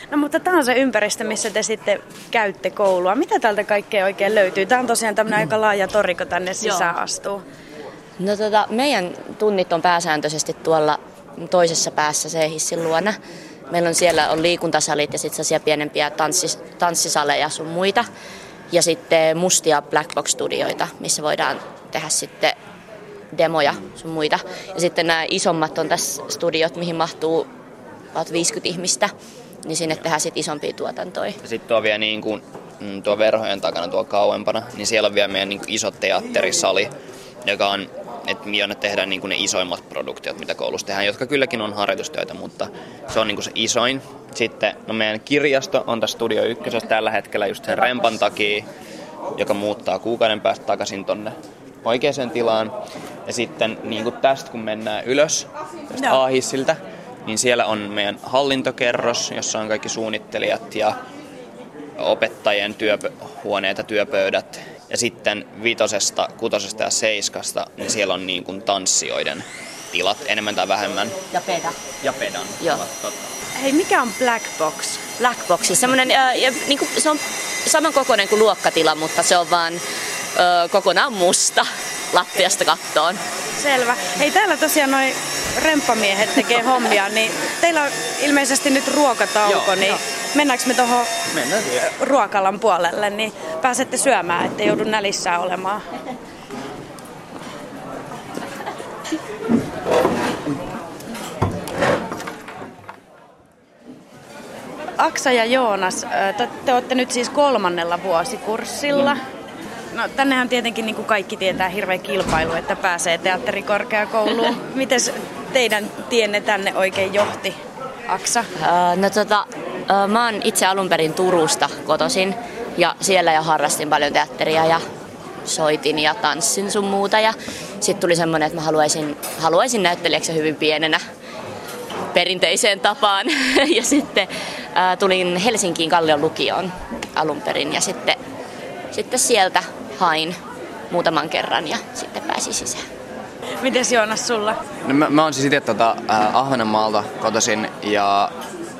No mutta tämä on se ympäristö, missä te sitten käytte koulua. Mitä täältä kaikkea oikein löytyy? Tämä on tosiaan tämmöinen aika laaja tori, kun tänne sisään astuu. No meidän tunnit on pääsääntöisesti tuolla toisessa päässä C-hissin luona. Siellä on liikuntasalit ja sitten sellaisia pienempiä tanssisaleja sun muita. Ja sitten mustia Black Box-studioita, missä voidaan tehdä sitten demoja sun muita. Ja sitten nämä isommat on tässä studiot, mihin mahtuu about 50 ihmistä. Niin sinne tehdään sitten isompia tuotantoja. Sitten tuo vielä niin kuin, tuo verhojen takana tuo kauempana, niin siellä on vielä meidän niin kuin iso teatterisali, joka on, jonne tehdään niin kuin ne isoimmat produktiot, mitä koulussa tehdään, jotka kylläkin on harjoitustöitä, mutta se on niin kuin se isoin. Sitten meidän kirjasto on tässä Studio 1 tällä hetkellä just sen rempan takia, joka muuttaa kuukauden päästä takaisin tonne oikeaan tilaan. Ja sitten niin kuin tästä kun mennään ylös, tästä A-hissiltä, niin siellä on meidän hallintokerros, jossa on kaikki suunnittelijat ja opettajien työhuoneet ja työpöydät. Ja sitten 5., 6. ja 7. niin siellä on niin kuin tanssijoiden tilat enemmän tai vähemmän. Ja pedan. Joo. Hei, mikä on Black Box? Black Box, siis semmoinen, niin kuin, se on samankokoinen kuin luokkatila, mutta se on vaan kokonaan musta lattiasta kattoon. Selvä. Hei, täällä tosiaan noi remppamiehet tekee hommia, niin teillä on ilmeisesti nyt ruokatauko, niin mennäänkö me tuohon ruokalan puolelle, niin pääsette syömään, ettei joudu nälissään olemaan. Aksa ja Joonas, te olette nyt siis 3. vuosikurssilla. No, tännehän tietenkin niin kuin kaikki tietää hirveä kilpailu, että pääsee teatterikorkeakouluun. Miten teidän tienne tänne oikein johti, Aksa? Mä oon itse alun perin Turusta kotoisin ja siellä jo harrastin paljon teatteria ja soitin ja tanssin sun muuta. Ja sitten tuli semmoinen, että mä haluaisin näyttelijäksi hyvin pienenä perinteiseen tapaan. Ja sitten tulin Helsinkiin Kallion lukioon alun perin ja sitten sieltä hain muutaman kerran ja sitten pääsin sisään. Mites Joonas sulla? No mä oon siis itse Ahvenanmaalta kotoisin ja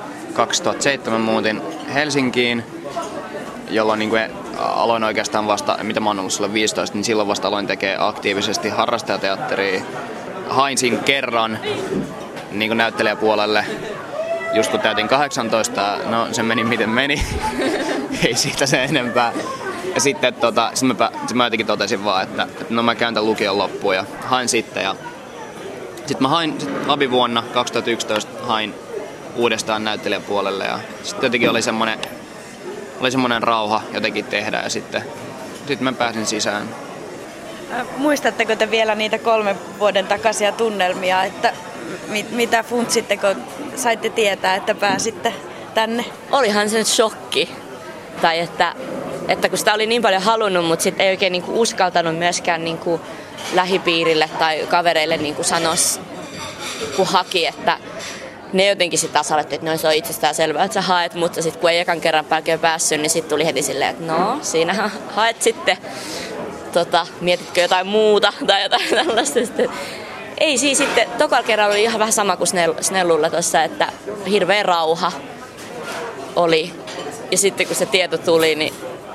2007 muutin Helsinkiin, jolloin niin kuin aloin oikeastaan vasta, mitä mä oon ollut silloin 15, niin silloin vasta aloin tekemään aktiivisesti harrastajateatteria. Hain siinä kerran niin kuin näyttelijäpuolelle, just kun täytin 18, no se meni miten meni, ei siitä sen enempää. Ja sitten mä jotenkin totesin vaan, että no mä käyn tämän lukion loppuun ja hain sitten. Ja sitten mä hain abivuonna 2011 hain uudestaan näyttelijäpuolelle ja sitten jotenkin oli semmoinen rauha jotenkin tehdä ja sitten mä pääsin sisään. Muistatteko te vielä niitä 3 vuoden takaisia tunnelmia, että mitä funtsitte, kun saitte tietää, että pääsitte tänne? Olihan se nyt shokki. Tai että kun sitä oli niin paljon halunnut, mutta sitten ei oikein niinku uskaltanut myöskään niinku lähipiirille tai kavereille niinku sanoa, kun haki, että ne jotenkin sitten taas alettiin, että no, se on itsestään selvää, että sä haet, mutta sitten kun ei ekan kerran päälkeen päässyt, niin sitten tuli heti silleen, että no, siinähän haet sitten, mietitkö jotain muuta tai jotain tällaista. Ei siis sitten, tokalla kerralla oli ihan vähän sama kuin Snellulla tuossa, että hirveä rauha oli. Ja sitten kun se tieto tuli, niin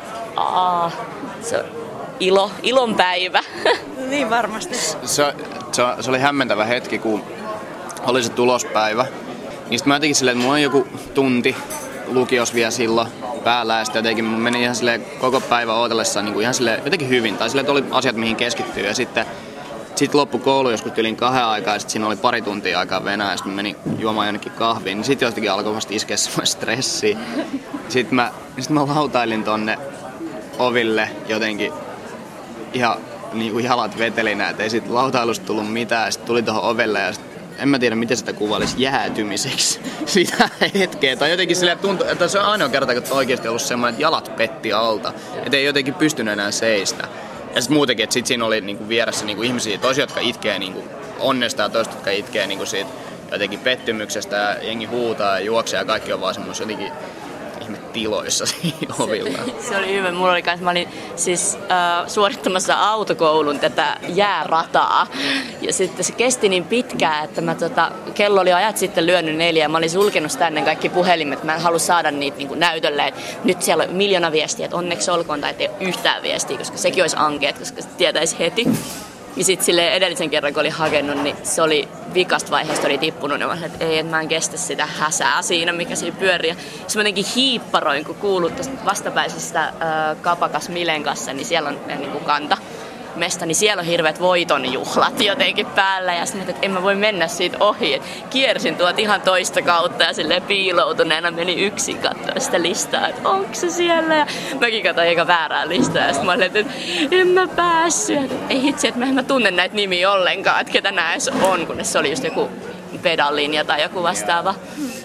se on ilon päivä. Niin varmasti. Se oli hämmentävä hetki, kun oli se tulospäivä. Niin sitten mä jotenkin silleen, että mulla on joku tunti lukios vielä silloin päällä. Ja sitten jotenkin mä menin ihan silleen koko päivä ootellessaan niin kuin ihan silleen jotenkin hyvin. Tai silleen, että oli asiat mihin keskittyy. Ja sitten loppui koulu joskus yli 2 aikaa ja sitten siinä oli pari tuntia aikaa Venäjä ja sitten mä menin juomaan jonnekin kahviin. Niin sitten jostakin alkoi vasta iskeä semmoinen stressi. Sitten mä lautailin tonne oville jotenkin ihan niin kuin jalat vetelinä, että ei sit lautailusta tullut mitään. Sitten tuli tuohon ovelle ja en mä tiedä miten sitä kuvailisi jäätymiseksi sitä hetkeä. Tai jotenkin silleen tuntui, että se on ainoa kerta, kun oikeasti ollut semmoinen, että jalat petti alta. Että ei jotenkin pystynyt enää seistä. Ja sitten muutenkin, että sit siinä oli niinku vieressä niinku ihmisiä, toisia, jotka itkee niinku onnesta ja toiset, jotka itkee niinku siitä jotenkin pettymyksestä ja jengi huutaa ja juoksee ja kaikki on vaan semmoista jotenkin ihme tiloissa siinä ovilla. Se oli hyvä. Mulla oli kans, mä olin siis suorittamassa autokoulun tätä jäärataa. Ja sitten se kesti niin pitkään, että kello oli ajat sitten lyönyt 4 ja mä olin sulkenut tänne kaikki puhelimet. Mä en halua saada niitä niin kuin näytölle, että nyt siellä on 1 000 000 viestiä, että onneksi olkoon tai ei ole yhtään viestiä, koska sekin olisi ankeet, koska se tietäisi heti. Ja sitten silleen edellisen kerran, kun olin hakenut, niin se oli vikasta vaiheesta oli tippunut. Ja mä sanoin, että ei, että mä en kestä sitä häsää siinä, mikä siinä pyörii. Ja sitten mä jotenkin hiipparoin, kun kuulut tuosta vastapäisestä Kapakas Milen kanssa, niin siellä on niin kuin kanta. Mesta, niin siellä on hirveät voitonjuhlat jotenkin päällä ja sitten että en mä voi mennä siitä ohi. Et kiersin tuot ihan toista kautta ja silleen piiloutuneena meni yksin katsoa sitä listaa, että onko se siellä. Ja mäkin katsoin eikä väärää listaa ja sitten mä olin, että en mä päässyt. Ei hitsi, että mä tunnen näitä nimiä ollenkaan, että ketä nää edes on, kun se oli just joku pedallinja tai joku vastaava.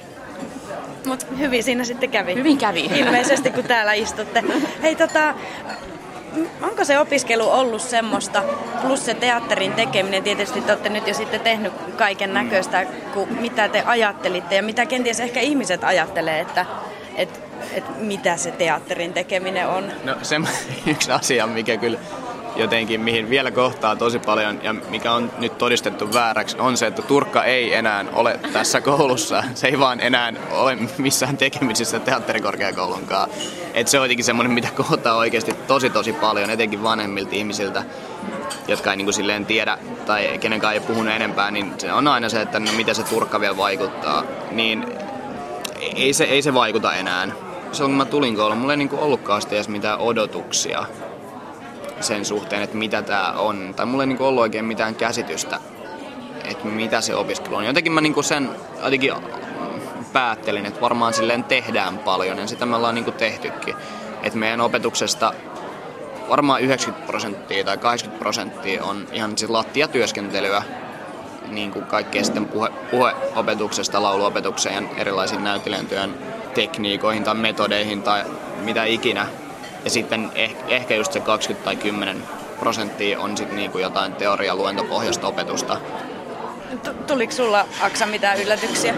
Mut hyvin siinä sitten kävi. Hyvin kävi. Ilmeisesti kun täällä istutte. Hei onko se opiskelu ollut semmoista, plus se teatterin tekeminen, tietysti te olette nyt jo sitten tehnyt kaiken näköistä, mitä te ajattelitte ja mitä kenties ehkä ihmiset ajattelee, että mitä se teatterin tekeminen on? No se yksi asia, mikä kyllä jotenkin, mihin vielä kohtaa tosi paljon ja mikä on nyt todistettu vääräksi, on se, että Turkka ei enää ole tässä koulussa. Se ei vaan enää ole missään tekemisissä teatterikorkeakoulunkaan. Että se on jotenkin semmoinen, mitä kohtaa oikeasti tosi paljon, etenkin vanhemmilta ihmisiltä, jotka ei niin kuin silleen tiedä tai kenenkään ei puhunut enempää, niin se on aina se, että no, miten se Turkka vielä vaikuttaa. Niin ei se vaikuta enää. Silloin kun mä tulin kouluun, mulla ei niin kuin ollutkaan edes mitään odotuksia sen suhteen, että mitä tää on. Tai mulla ei niinku ollut oikein mitään käsitystä, että mitä se opiskelu on. Jotenkin mä niinku sen jotenkin päättelin, että varmaan silleen tehdään paljon ja sitä me ollaan niinku tehtykin. Että meidän opetuksesta varmaan 90% tai 80% on ihan siis lattiatyöskentelyä. Niinku kaikkea sitten puheopetuksesta lauluopetukseen ja erilaisiin näyttelijäntyön tekniikoihin tai metodeihin tai mitä ikinä. Ja sitten ehkä just se 20 tai 10% on sitten niinku jotain teoria-luentopohjaista opetusta. Tuliko sulla, Aksa, mitään yllätyksiä?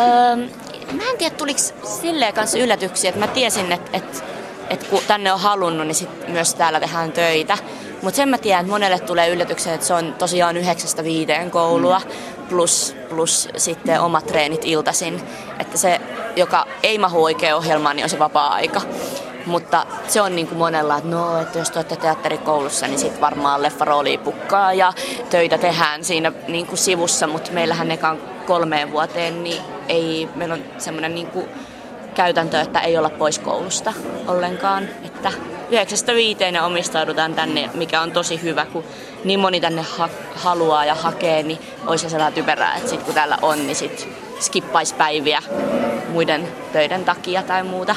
Mä en tiedä, tuliko silleen kanssa yllätyksiä, että mä tiesin, että kun tänne on halunnut, niin sit myös täällä tehdään töitä. Mutta sen mä tiedän, että monelle tulee yllätyksiä, että se on tosiaan 9-5 koulua plus sitten omat treenit iltaisin. Että se, joka ei mahu oikein ohjelmaan, niin on se vapaa-aika. Mutta se on niin kuin monella, että jos te olette teatterikoulussa, niin sitten varmaan leffarooliin pukkaa ja töitä tehdään siinä niin kuin sivussa, mutta meillähän ekaan 3 vuoteen, niin ei, meillä on semmoinen niin kuin käytäntö, että ei olla pois koulusta ollenkaan. Että 9-5 omistaudutaan tänne, mikä on tosi hyvä, kun niin moni tänne haluaa ja hakee, niin olisi sellainen typerää, että sit kun täällä on, niin sit skippaisi päiviä muiden töiden takia tai muuta.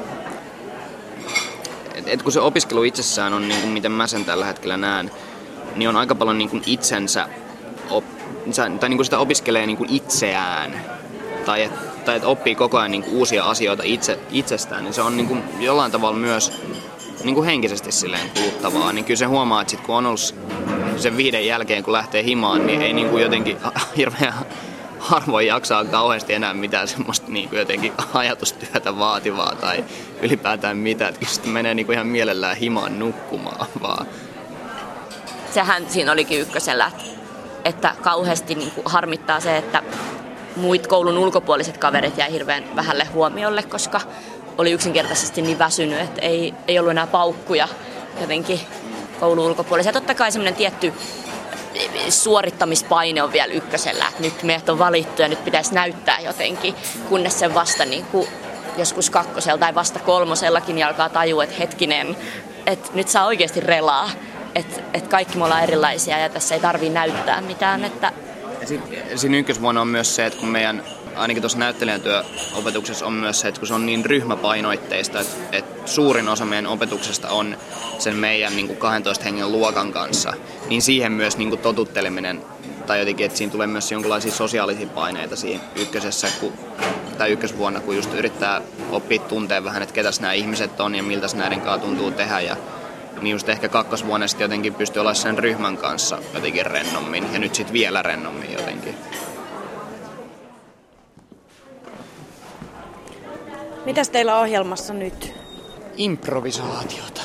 Et kun se opiskelu itsessään on, niin kuin miten mä sen tällä hetkellä näen, niin on aika paljon niin kuin itsensä, tai niin kuin sitä opiskelee niin kuin itseään, tai että oppii koko ajan niin kuin uusia asioita itsestään, niin se on niin kuin jollain tavalla myös niin kuin henkisesti silleen kuluttavaa. Niin kyllä se huomaa, että sit kun on ollut sen 5 jälkeen, kun lähtee himaan, niin ei niin kuin jotenkin hirveän harvoin jaksaa kauheasti enää mitään semmoista niin kuin jotenkin ajatustyötä vaativaa tai ylipäätään mitään. Että sitten menee niin kuin ihan mielellään himaan nukkumaan vaan. Sehän siinä olikin ykkösellä, että kauheasti niin kuin harmittaa se, että muut koulun ulkopuoliset kaverit jäi hirveän vähälle huomiolle, koska oli yksinkertaisesti niin väsynyt, että ei ollut enää paukkuja jotenkin koulun ulkopuolisia. Totta kai semmoinen tietty suorittamispaine on vielä ykkösellä, että nyt meidät on valittu ja nyt pitäisi näyttää jotenkin, kunnes sen vasta niin kuin joskus 2. tai vasta 3. alkaa tajua, että hetkinen, että nyt saa oikeasti relaa, että kaikki me ollaan erilaisia ja tässä ei tarvitse näyttää mitään. Että siinä ykkösvuonna on myös se, että kun meidän, ainakin tuossa näyttelijäntyöopetuksessa on myös se, että kun se on niin ryhmäpainoitteista, että suurin osa meidän opetuksesta on sen meidän niin kuin 12 hengen luokan kanssa, niin siihen myös niin kuin totutteleminen, tai jotenkin, että siinä tulee myös jonkinlaisia sosiaalisia paineita siinä ykkösvuonna, kun just yrittää oppia tuntea vähän, että ketäs nämä ihmiset on ja miltä näiden kanssa tuntuu tehdä. Ja niin just ehkä 2. vuonna sitten jotenkin pystyy olla sen ryhmän kanssa jotenkin rennommin ja nyt sitten vielä rennommin jotenkin. Mitäs teillä on ohjelmassa nyt? Improvisaatiota.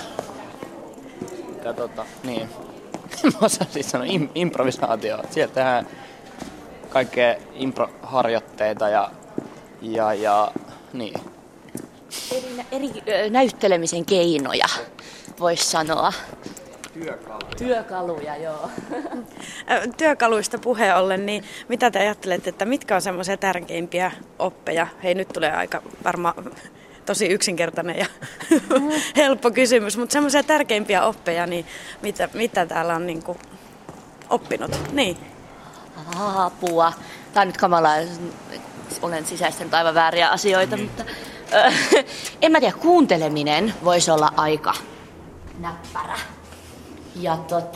Niin. Mä osaisin sanoa improvisaatio. Sieltä tehdään kaikkea improharjoitteita ja niin. Eri näyttelemisen keinoja, voisi sanoa. Työkaluja, joo. Työkaluista puheen ollen, niin mitä te ajattelette, että mitkä on semmoisia tärkeimpiä oppeja? Hei, nyt tulee aika varmaan tosi yksinkertainen ja helppo kysymys, mutta semmoisia tärkeimpiä oppeja, niin mitä täällä on niin kuin oppinut? Niin. Apua. Tämä on nyt kamalaa, olen sisäistänyt aivan vääriä asioita, mutta en mä tiedä, kuunteleminen voisi olla näppärä. Ja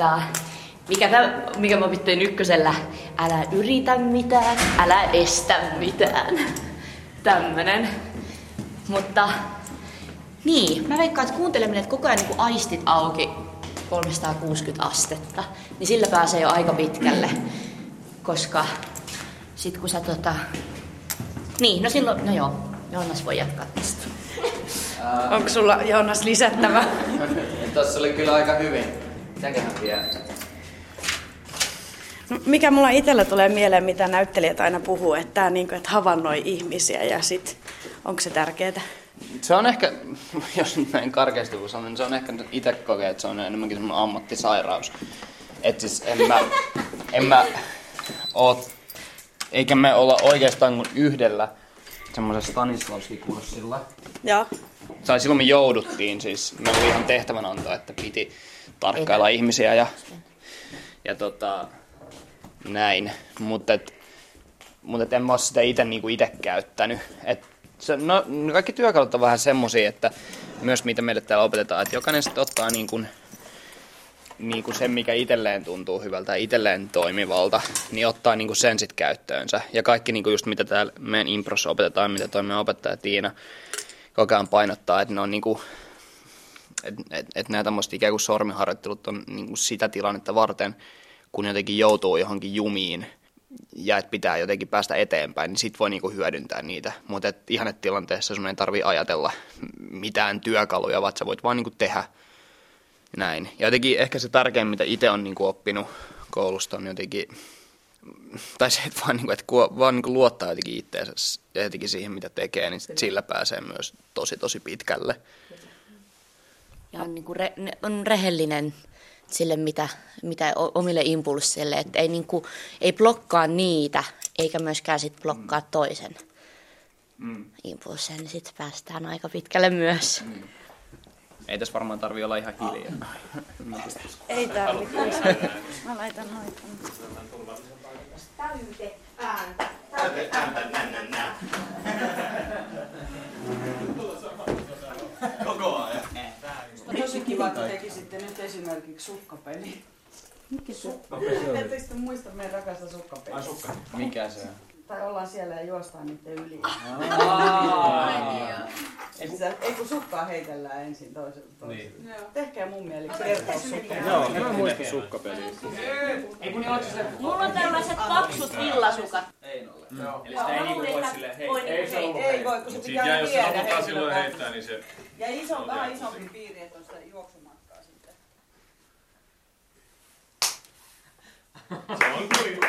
mikä mä opittiin ykkösellä, älä yritä mitään, älä estä mitään. Tämmönen. Mutta niin, mä veikkaan, että kuunteleminen, että koko ajan niin aistit auki 360 astetta, niin sillä pääsee jo aika pitkälle. Koska sit kun sä niin, no silloin, no joo, Joonas voi jatkaa tästä. Onko sulla, Joonas, lisättävä? Tossa oli kyllä aika hyvin. Mitäköhän vielä? No, mikä mulla itsellä tulee mieleen, mitä näyttelijät aina puhuu, että tää niinku, että havainnoi ihmisiä ja sit, onko se tärkeetä? Se on ehkä, jos nyt näin karkeasti voi sanoa, niin se on ehkä itse kokea, että se on enemmänkin semmoinen ammattisairaus. Et siis eikä me olla oikeastaan kuin yhdellä semmoisella Stanislavski-kurssilla. Joo. Tai silloin me jouduttiin siis, me oli ihan tehtävänanto, että piti tarkkailla ihmisiä ja näin. Mutta en mä oo sitä itse käyttänyt. Kaikki työkalut on vähän semmosia, että myös mitä meille täällä opetetaan, että jokainen sitten ottaa sen, mikä itselleen tuntuu hyvältä ja itselleen toimivalta, niin ottaa sen sit käyttöönsä. Ja kaikki just mitä täällä meidän improssa opetetaan, mitä toi meidän opettaja Tiina koko ajan painottaa, että ne on että nämä tämmöiset ikään kuin sormiharjoittelut on sitä tilannetta varten, kun jotenkin joutuu johonkin jumiin ja että pitää jotenkin päästä eteenpäin, niin sit voi hyödyntää niitä. Mutta ihannetilanteessa sun ei tarvitse ajatella mitään työkaluja, vaan sä voit vaan tehdä näin. Ja jotenkin ehkä se tärkein, mitä itse on oppinut koulusta, on jotenkin, tai se, että vaan luottaa jotenkin itseensä ja jotenkin siihen, mitä tekee, niin sillä pääsee myös tosi pitkälle. Ja on rehellinen sille, mitä omille impulsseille, että ei blokkaa niitä, eikä myöskään sit blokkaa toisen impulsseja, niin sitten päästään aika pitkälle myös. Ei tässä varmaan tarvii olla ihan hiljaa. Ei tarvitse. Mä laitan hoitamaan. Täyte ääntä. Koko ajan. On tosi kiva, että tekisitte nyt esimerkiksi sukkapeli. Mikä sukkapeli? Ettekö te muista meidän rakasta sukkapeliä? Mikä se on? Tai ollaan siellä ja juostaan niiden yli. Ei kun sukkaa heitellään ensin toiselle. Niin. Tehkää mun mieli kertoa sukkapeliä. Joo, mä muistan sukkapeliä. Mulla on tällaiset paksut villasukat. Ei ole. Eli sitä ei voi silleen heittää. Ei voi, kun se pitää viedä. Jos se halutaan silloin heittää, niin se... Ja vähän isompi piiri, että on sitä juoksumatkaa sitten. Se on kyllä.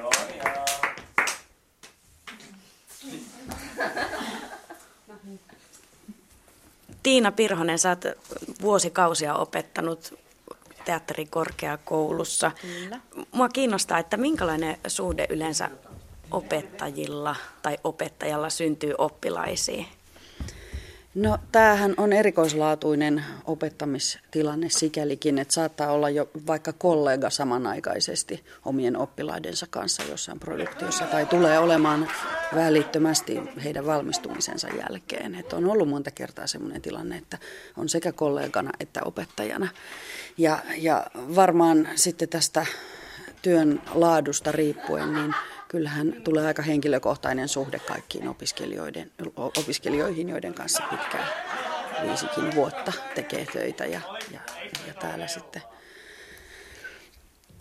Tiina Pirhonen, sä oot vuosikausia opettanut teatterikorkeakoulussa. Kyllä. Mua kiinnostaa, että minkälainen suhde yleensä opettajilla tai opettajalla syntyy oppilaisiin? No tämähän on erikoislaatuinen opettamistilanne sikälikin, että saattaa olla jo vaikka kollega samanaikaisesti omien oppilaidensa kanssa jossain produktiossa tai tulee olemaan välittömästi heidän valmistumisensa jälkeen. Että on ollut monta kertaa sellainen tilanne, että on sekä kollegana että opettajana. Ja varmaan sitten tästä työn laadusta riippuen, niin kyllähän tulee aika henkilökohtainen suhde kaikkiin opiskelijoihin, joiden kanssa pitkään 5 vuotta tekee töitä ja täällä sitten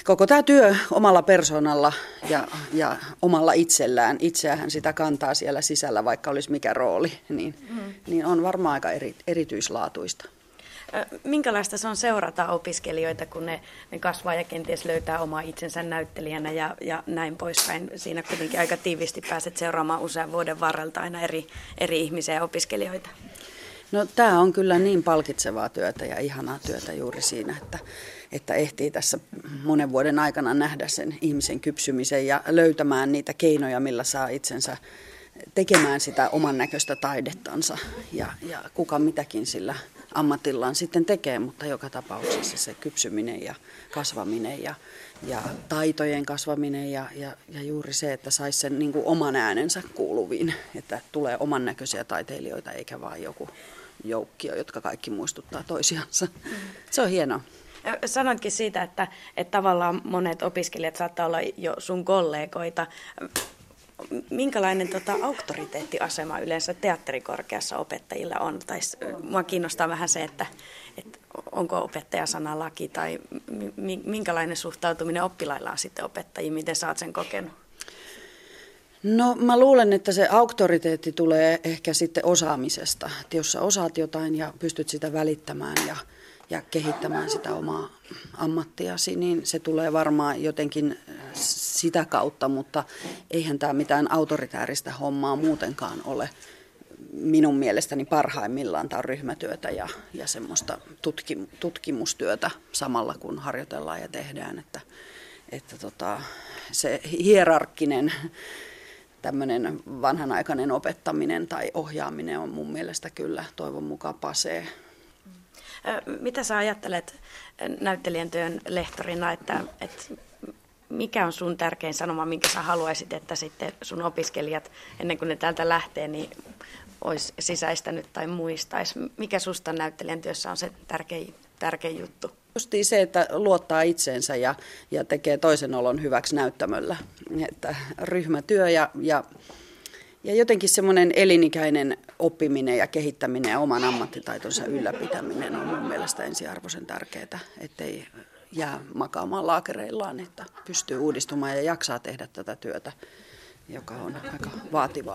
koko tämä työ omalla persoonalla ja omalla itsellään, itseähän sitä kantaa siellä sisällä, vaikka olisi mikä rooli, niin on varmaan aika erityislaatuista. Minkälaista se on seurata opiskelijoita, kun ne kasvaa ja kenties löytää omaa itsensä näyttelijänä ja näin poispäin? Siinä kuitenkin aika tiiviisti pääset seuraamaan usean vuoden varrelta aina eri ihmisiä ja opiskelijoita. No tämä on kyllä niin palkitsevaa työtä ja ihanaa työtä juuri siinä, että ehtii tässä monen vuoden aikana nähdä sen ihmisen kypsymisen ja löytämään niitä keinoja, millä saa itsensä tekemään sitä oman näköistä taidettansa ja kuka mitäkin sillä ammatillaan sitten tekee, mutta joka tapauksessa se kypsyminen ja kasvaminen ja taitojen kasvaminen ja juuri se, että saisi sen niin kuin oman äänensä kuuluviin, että tulee oman näköisiä taiteilijoita eikä vaan joku joukkio, jotka kaikki muistuttaa toisiansa. Se on hienoa. Sanoitkin siitä, että tavallaan monet opiskelijat saattaa olla jo sun kollegoita. Minkälainen auktoriteettiasema yleensä teatterikorkeassa opettajilla on? Tai mua kiinnostaa vähän se, että onko opettajasana laki tai minkälainen suhtautuminen oppilailla on sitten opettajiin, miten sä oot sen kokenut? No mä luulen, että se auktoriteetti tulee ehkä sitten osaamisesta. Että jos sä osaat jotain ja pystyt sitä välittämään ja kehittämään sitä omaa ammattiasi, niin se tulee varmaan jotenkin sitä kautta, mutta eihän tämä mitään autoritääristä hommaa muutenkaan ole. Minun mielestäni parhaimmillaan tämä on ryhmätyötä ja semmoista tutkimustyötä samalla kun harjoitellaan ja tehdään, että se hierarkkinen tämmöinen vanhanaikainen opettaminen tai ohjaaminen on mun mielestä kyllä toivon mukaan pasee. Mitä sä ajattelet näyttelijän työn lehtorina, että mikä on sun tärkein sanoma, minkä sä haluaisit, että sitten sun opiskelijat ennen kuin ne täältä lähtee, niin olisi sisäistänyt tai muistaisi? Mikä susta näyttelijän työssä on se tärkein juttu? Justiin se, että luottaa itseensä ja tekee toisen olon hyväksi näyttämöllä. Että ryhmätyö ja jotenkin semmoinen elinikäinen oppiminen ja kehittäminen ja oman ammattitaitonsa ylläpitäminen on mun mielestä ensiarvoisen tärkeää, ettei jää makaamaan laakereillaan, että pystyy uudistumaan ja jaksaa tehdä tätä työtä, joka on aika vaativaa.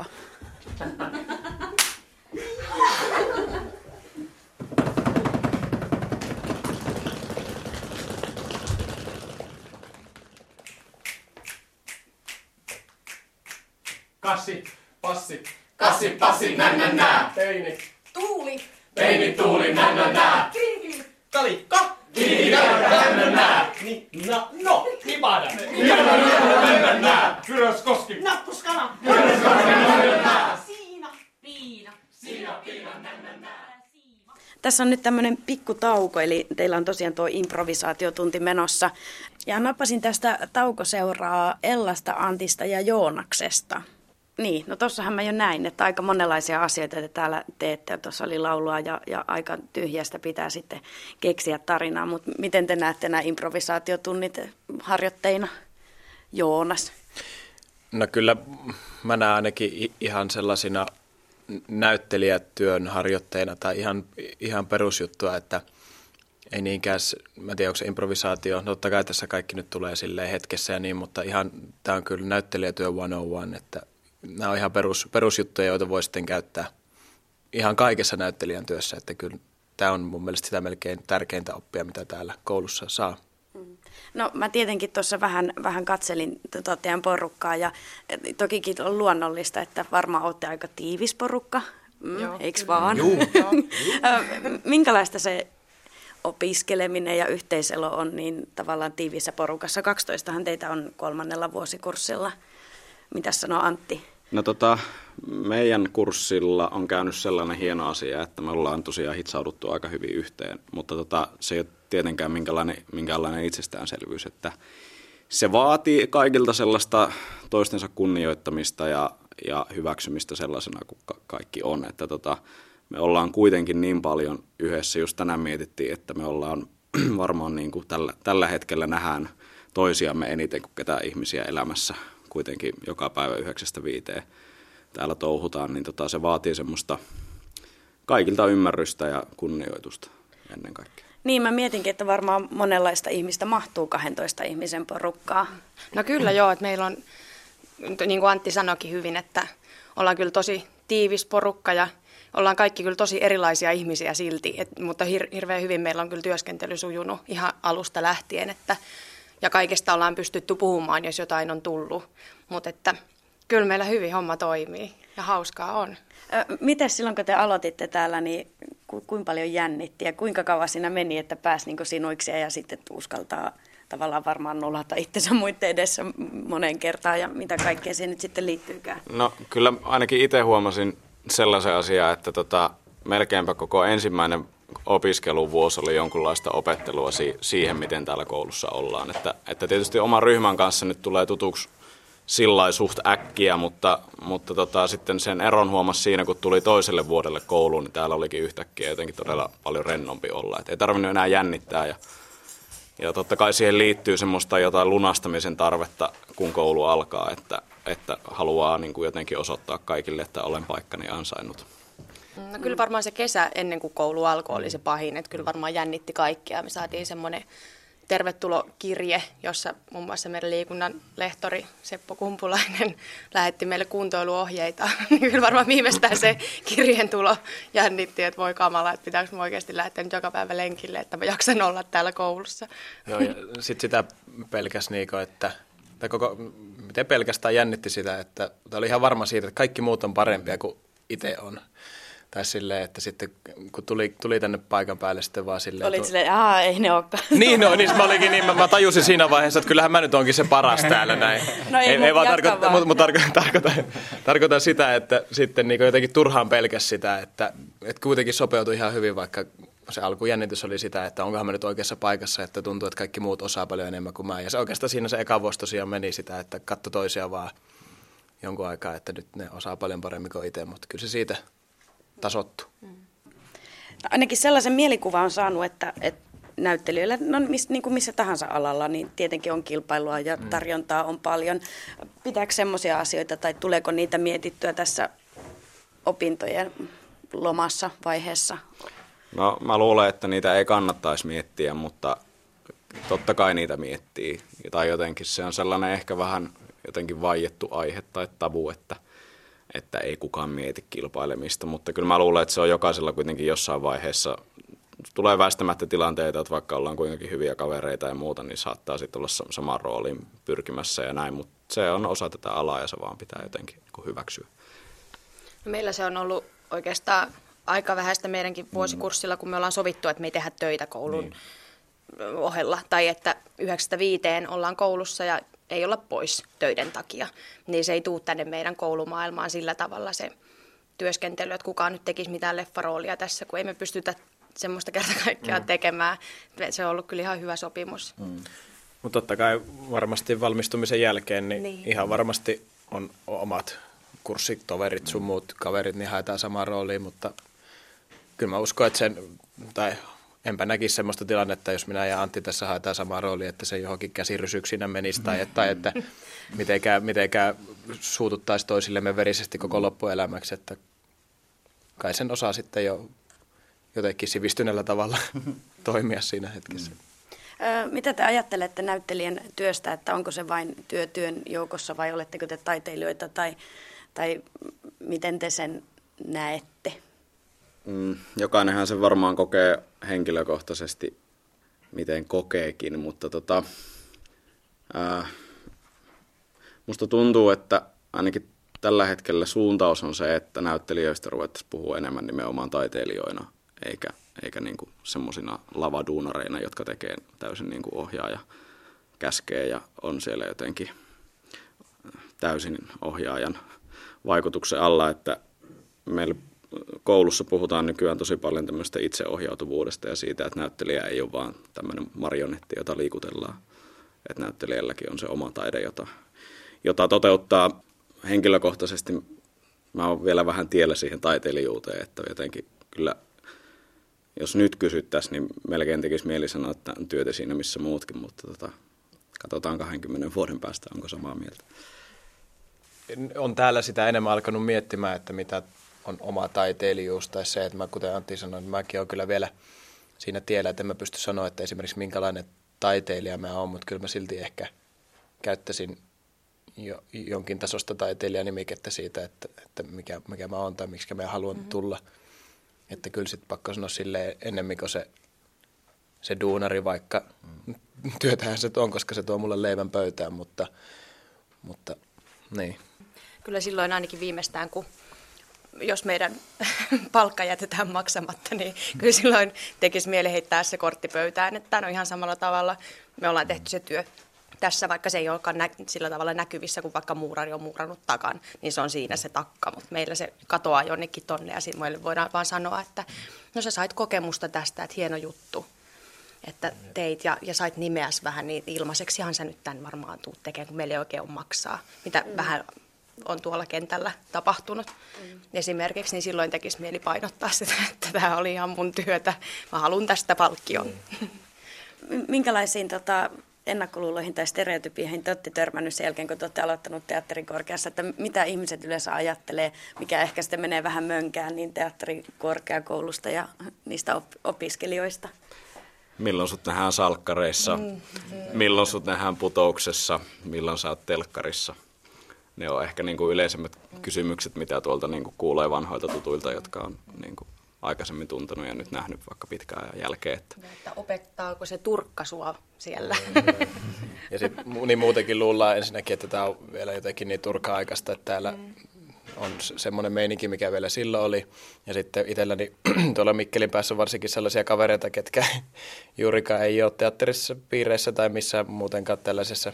Kassi, passi, kassi, passi, nä. Peini. Tuuli. Peini, tuuli, nä. Kirkili. Kalikka. Nä. No, nipada. Nä. Kyröskoski. Nappuskana. Siina. Piina. Tässä on nyt tämmöinen pikkutauko, eli teillä on tosiaan tuo improvisaatiotunti menossa. Ja nappasin tästä taukoseuraa Ellasta, Antista ja Joonaksesta. Niin, no tossahan mä jo näin, että aika monenlaisia asioita te täällä teette. Tuossa oli laulua ja aika tyhjästä pitää sitten keksiä tarinaa. Mutta miten te näette nämä improvisaatiotunnit harjoitteina? Joonas. No kyllä mä näen ainakin ihan sellaisina näyttelijätyön harjoitteina tai ihan perusjuttua, että ei niinkään, mä en tiedä onko se improvisaatio, no totta kai tässä kaikki nyt tulee silleen hetkessä ja niin, mutta ihan tämä on kyllä näyttelijätyö 101, että nämä on ihan perusjuttuja, joita voi sitten käyttää ihan kaikessa näyttelijän työssä, että kyllä tämä on mun mielestä sitä melkein tärkeintä oppia, mitä täällä koulussa saa. No mä tietenkin tuossa vähän katselin teidän porukkaa ja tokikin on luonnollista, että varmaan olette aika tiivis porukka, eikö vaan? Minkälaista se opiskeleminen ja yhteiselo on niin tavallaan tiiviissä porukassa? 12han teitä on 3. vuosikurssilla. Mitäs sanoo Antti? No meidän kurssilla on käynyt sellainen hieno asia, että me ollaan tosiaan hitsauduttu aika hyvin yhteen, mutta se ei ole tietenkään minkäänlainen itsestäänselvyys, että se vaatii kaikilta sellaista toistensa kunnioittamista ja hyväksymistä sellaisena kuin kaikki on, että me ollaan kuitenkin niin paljon yhdessä, just tänään mietittiin, että me ollaan varmaan niin kuin tällä hetkellä nähdään toisiamme eniten kuin ketään ihmisiä elämässä, kuitenkin joka päivä 9-5 täällä touhutaan, niin se vaatii semmoista kaikilta ymmärrystä ja kunnioitusta ennen kaikkea. Niin, mä mietinkin, että varmaan monenlaista ihmistä mahtuu 12 ihmisen porukkaa. No kyllä joo, että meillä on, niin kuin Antti sanoikin hyvin, että ollaan kyllä tosi tiivis porukka ja ollaan kaikki kyllä tosi erilaisia ihmisiä silti, mutta hirveän hyvin meillä on kyllä työskentely sujunut ihan alusta lähtien, ja kaikesta ollaan pystytty puhumaan, jos jotain on tullut, mutta että kyllä meillä hyvin homma toimii ja hauskaa on. Miten silloin, kun te aloititte täällä, niin kuinka paljon jännitti ja kuinka kauan siinä meni, että pääsi niin sinuiksi ja sitten uskaltaa tavallaan varmaan nolata itsensä muiden edessä moneen kertaan ja mitä kaikkea siihen nyt sitten liittyykään? No kyllä ainakin itse huomasin sellaisen asian, että melkeinpä koko ensimmäinen opiskeluvuosi oli jonkunlaista opettelua siihen, miten täällä koulussa ollaan. Että tietysti oman ryhmän kanssa nyt tulee tutuksi sillai suht äkkiä, mutta sitten sen eron huomasi siinä, kun tuli toiselle vuodelle kouluun, niin täällä olikin yhtäkkiä jotenkin todella paljon rennompi olla. Et ei tarvinnut enää jännittää ja totta kai siihen liittyy semmoista jotain lunastamisen tarvetta, kun koulu alkaa, että haluaa niin kuin jotenkin osoittaa kaikille, että olen paikkani ansainnut. No kyllä varmaan se kesä ennen kuin koulu alkoi oli se pahin, että kyllä varmaan jännitti kaikkea. Me saatiin semmoinen tervetulokirje, jossa muun muassa meidän liikunnan lehtori Seppo Kumpulainen lähetti meille kuntoiluohjeita. Kyllä varmaan viimeistään se kirjeen tulo jännitti, että voi kamala, että pitääkö mä oikeasti lähteä nyt joka päivä lenkille, että mä jaksan olla täällä koulussa. Joo, ja sitten sitä pelkäs Niiko, että miten pelkästään jännitti sitä, että oli ihan varma siitä, että kaikki muut on parempia kuin itse on. Tai silleen, että sitten kun tuli tänne paikan päälle sitten vaan silleen... Olit silleen, ei ne olekaan. Niin mä olikin niin, mä tajusin siinä vaiheessa, että kyllähän mä nyt onkin se paras täällä näin. No ei vaan tarkoitan sitä, että sitten niin jotenkin turhaan pelkäs sitä, että kuitenkin sopeutui ihan hyvin, vaikka se alkujännitys oli sitä, että onkohan mä nyt oikeassa paikassa, että tuntuu, että kaikki muut osaa paljon enemmän kuin mä. Ja se oikeastaan siinä se eka vuosi tosiaan meni sitä, että katso toisia vaan jonkun aikaa, että nyt ne osaa paljon paremmin kuin itse, mutta kyllä se siitä tasottu. Ainakin sellaisen mielikuvan on saanut, että näyttelijöillä, niin kuin missä tahansa alalla, niin tietenkin on kilpailua ja tarjontaa on paljon. Pitääkö semmoisia asioita tai tuleeko niitä mietittyä tässä opintojen lomassa vaiheessa? No mä luulen, että niitä ei kannattaisi miettiä, mutta totta kai niitä miettii. Tai jotenkin se on sellainen ehkä vähän jotenkin vaiettu aihe tai tabu, että ei kukaan mieti kilpailemista, mutta kyllä mä luulen, että se on jokaisella kuitenkin jossain vaiheessa. Tulee väistämättä tilanteita, että vaikka ollaan kuitenkin hyviä kavereita ja muuta, niin saattaa sitten olla samaan rooliin pyrkimässä ja näin, mutta se on osa tätä alaa ja se vaan pitää jotenkin hyväksyä. Meillä se on ollut oikeastaan aika vähäistä meidänkin vuosikurssilla, kun me ollaan sovittu, että me ei tehdä töitä koulun ohella, tai että 9-5 ollaan koulussa ja ei olla pois töiden takia, niin se ei tule tänne meidän koulumaailmaan sillä tavalla se työskentely, että kukaan nyt tekisi mitään leffaroolia tässä, kun ei me pystytä semmoista kerta kaikkiaan tekemään. Se on ollut kyllä ihan hyvä sopimus. Mutta totta kai varmasti valmistumisen jälkeen niin ihan varmasti on omat kurssitoverit, sun muut kaverit, niin haetaan samaan rooliin, mutta kyllä mä uskon, että enpä näkisi semmoista tilannetta, jos minä ja Antti tässä haetaan samaa roolia, että se johonkin käsirysyksinä menisi tai että mitenkään suututtaisi toisillemme verisesti koko loppuelämäksi, että kai sen osaa sitten jo jotenkin sivistyneellä tavalla toimia siinä hetkessä. Mitä te ajattelette näyttelijän työstä, että onko se vain työn joukossa vai oletteko te taiteilijoita tai miten te sen näette? Jokainenhan sen varmaan kokee henkilökohtaisesti, miten kokeekin, mutta musta tuntuu, että ainakin tällä hetkellä suuntaus on se, että näyttelijöistä ruvettaisiin puhua enemmän nimenomaan taiteilijoina, eikä niin kuin semmoisina lavaduunareina, jotka tekee täysin niin kuin ohjaaja käskee ja on siellä jotenkin täysin ohjaajan vaikutuksen alla, että meillä koulussa puhutaan nykyään tosi paljon tämmöistä itseohjautuvuudesta ja siitä, että näyttelijä ei ole vaan tämmöinen marionetti, jota liikutellaan. Että näyttelijälläkin on se oma taide, jota toteuttaa henkilökohtaisesti. Mä oon vielä vähän tiellä siihen taiteilijuuteen, että jotenkin kyllä, jos nyt kysyttäisiin, niin melkein tekisi mieli sanoa, että on työtä siinä missä muutkin, mutta katsotaan 20 vuoden päästä, onko samaa mieltä. On täällä sitä enemmän alkanut miettimään, että mitä on oma taiteilijuus tai se, että kuten Antti sanoi, niin mäkin olen kyllä vielä siinä tiellä, että en mä pysty sanoa, että esimerkiksi minkälainen taiteilija mä oon, mutta kyllä mä silti ehkä käyttäisin jonkin tasosta taiteilijanimikettä siitä, että mikä mä oon tai miksi mä haluan tulla. Että kyllä sitten pakko sanoa silleen ennemmin kuin se duunari, vaikka työtähän se on, koska se tuo mulle leivän pöytään, mutta niin. Kyllä silloin ainakin viimeistään, jos meidän palkka jätetään maksamatta, niin kyllä silloin tekisi mieli heittää se kortti pöytään, että no ihan samalla tavalla me ollaan tehty se työ tässä, vaikka se ei olekaan sillä tavalla näkyvissä, kun vaikka muurari on muurannut takan, niin se on siinä se takka, mutta meillä se katoaa jonnekin tonne ja sitten meille voidaan vaan sanoa, että no sä sait kokemusta tästä, että hieno juttu, että teit ja sait nimeäs vähän, niin ilmaiseksihan sä nyt tämän varmaan tuut tekemään, kun meillä ei oikein ole maksaa, mitä vähän on tuolla kentällä tapahtunut esimerkiksi, niin silloin tekisi mieli painottaa sitä, että tämä oli ihan mun työtä, mä haluan tästä palkkion. Minkälaisiin ennakkoluuloihin tai stereotypioihin te olette törmännyt sen jälkeen, kun te olette aloittanut teatterikorkeassa, että mitä ihmiset yleensä ajattelee, mikä ehkä sitten menee vähän mönkään niin teatterikorkeakoulusta ja niistä opiskelijoista? Milloin sut nähdään salkkareissa, milloin sut nähdään putouksessa, milloin sä oot telkkarissa. Ne on ehkä niin kuin yleisemmät kysymykset, mitä tuolta niin kuin kuulee vanhoilta tutuilta, jotka on niin kuin aikaisemmin tuntenut ja nyt nähnyt vaikka pitkään ajan jälkeen. Että opettaako se turkka sua siellä? Ja sitten niin muutenkin luullaan ensinnäkin, että tämä on vielä jotenkin niin turka-aikaista, että täällä on semmoinen meininki, mikä vielä silloin oli. Ja sitten itselläni tuolla Mikkelin päässä on varsinkin sellaisia kavereita, ketkä juurikaan ei ole teatterissa piireissä tai missään muutenkaan tällaisessa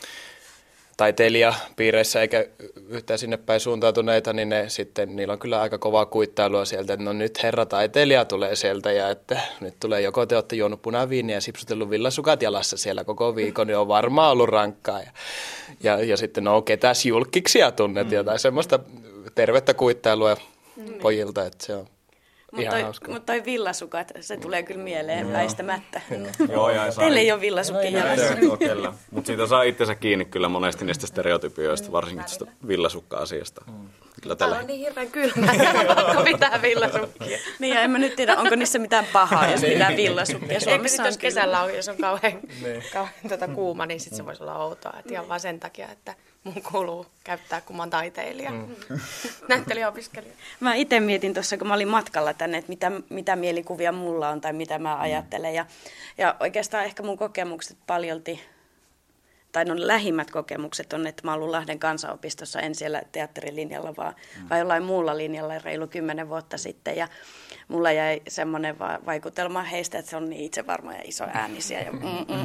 taiteilijapiireissä eikä yhtään sinne päin suuntautuneita, niin niillä on kyllä aika kovaa kuittailua sieltä, että no nyt herra taiteilija tulee sieltä ja että nyt tulee joko te olette juonut punaviiniä ja sipsutellut villasukat jalassa siellä koko viikon, niin on varmaan ollut rankkaa. Ja sitten no ketäs julkkiksia tunnet, jotain semmoista tervettä kuittailua pojilta, että se on ihan hauska. Mutta toi villasukat, se tulee kyllä mieleen väistämättä. Joo, Teillä ei ole villasukki jalassa. Mutta siitä saa itsensä kiinni kyllä monesti niistä stereotypioista, varsinkin tästä villasukka-asiasta. Täällä on niin hirveän kylmä, että pitää villasukkia. Niin ja en mä nyt tiedä, onko niissä mitään pahaa, jos pitää villasukkia. Suomessa jos kesällä on, jos on kauhean kuuma, niin sitten se voisi olla outoa. Että ihan vaan sen takia, että mun kuuluu käyttää, kun mä oon taiteilija, näyttelijäopiskelija. Mä itse mietin tuossa, kun mä olin matkalla tänne, että mitä mielikuvia mulla on tai mitä mä ajattelen. Ja oikeastaan ehkä mun kokemukset paljolti, tai no lähimmät kokemukset on, että mä oon ollut Lahden kansanopistossa, en siellä teatterilinjalla, vaan jollain muulla linjalla reilu 10 vuotta sitten. Ja mulla jäi semmoinen vaikutelma heistä, että se on niin itsevarma ja isoäänisiä. Ja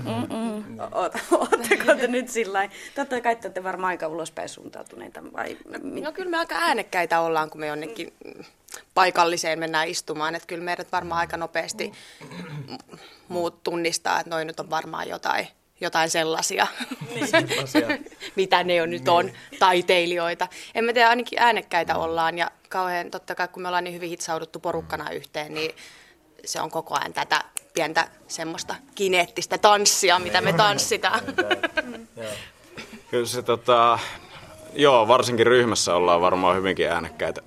ootteko te nyt sillain? Totta kai te olette varmaan aika ulospäin suuntautuneita. Vai? No kyllä me aika äänekkäitä ollaan, kun me jonnekin paikalliseen mennään istumaan. Että kyllä meidät varmaan aika nopeasti muut tunnistaa, että noi nyt on varmaan jotain sellaisia, mitä ne nyt on, taiteilijoita. En mä tiedä, ainakin äänekkäitä ollaan ja kauhean, totta kai kun me ollaan niin hyvin hitsauduttu porukkana yhteen, niin se on koko ajan tätä pientä semmoista kineettistä tanssia, mitä me tanssitaan. Kyllä se joo, varsinkin ryhmässä ollaan varmaan hyvinkin äänekkäitä.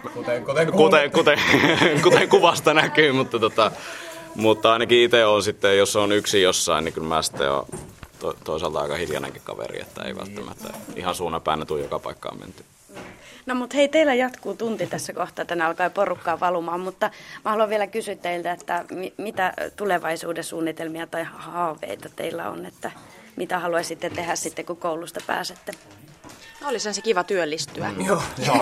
Kuten kuvasta näkyy, mutta ainakin itse on sitten, jos on yksin jossain, niin kyllä mä sitten olen toisaalta aika hiljainenkin kaveri, että ei välttämättä ihan suunapäänä tule joka paikkaan menty. No mutta hei, teillä jatkuu tunti tässä kohtaa, tänne alkaa porukkaa valumaan, mutta mä haluan vielä kysyä teiltä, että mitä tulevaisuuden suunnitelmia tai haaveita teillä on, että mitä haluaisitte tehdä sitten, kun koulusta pääsette? Olisihan se kiva työllistyä. Joo.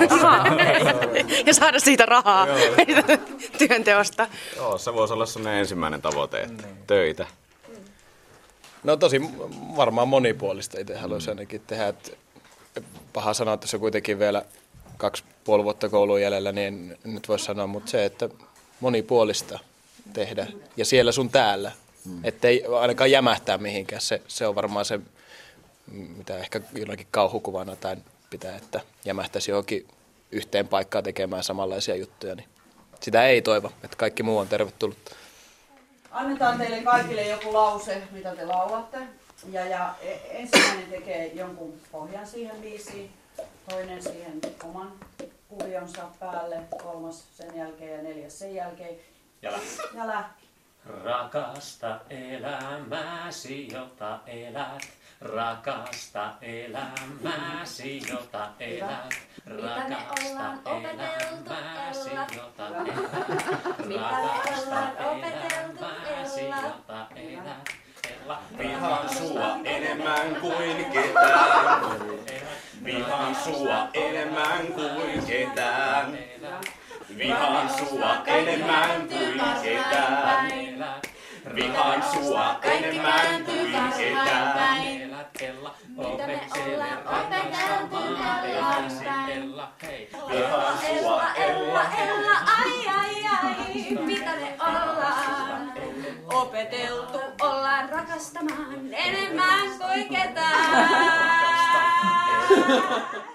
Ja saada siitä rahaa työnteosta. Joo, se voisi olla sellainen ensimmäinen tavoite, että töitä. No tosi varmaan monipuolista itse haluaisin ainakin tehdä. Että paha sanoa, että se on kuitenkin vielä 2,5 vuotta koulun jäljellä, niin nyt voisi sanoa, mutta se, että monipuolista tehdä ja siellä sun täällä. Että ei ainakaan jämähtää mihinkään. Se on varmaan se, mitä ehkä jollakin kauhukuvana tai pitää, että jämähtäisi johonkin yhteen paikkaan tekemään samanlaisia juttuja. Niin sitä ei toivo, että kaikki muu on tervetullut. Annetaan teille kaikille joku lause, mitä te laulatte. Ja ensimmäinen tekee jonkun pohjan siihen biisiin, toinen siihen oman kuvionsa päälle, kolmas sen jälkeen ja neljäs sen jälkeen. Ja lähti. Rakasta elämääsi, jota elät. Rakasta elämääsi, jota elät. Rakasta elämääsi, jota elät. Rakasta elämääsi, jota elät. Vihaan sua enemmän kuin ketään. Vihaan sua enemmän kuin ketään. Vihaan sua enemmän kuin ketään. Vihaan sua enemmän kuin ketään. Mitä me ollaan opeteltu Ella. Vihaan sua Ella, ai ai ai. Mitä me ollaan opeteltu, ollaan rakastamaan enemmän kuin ketään.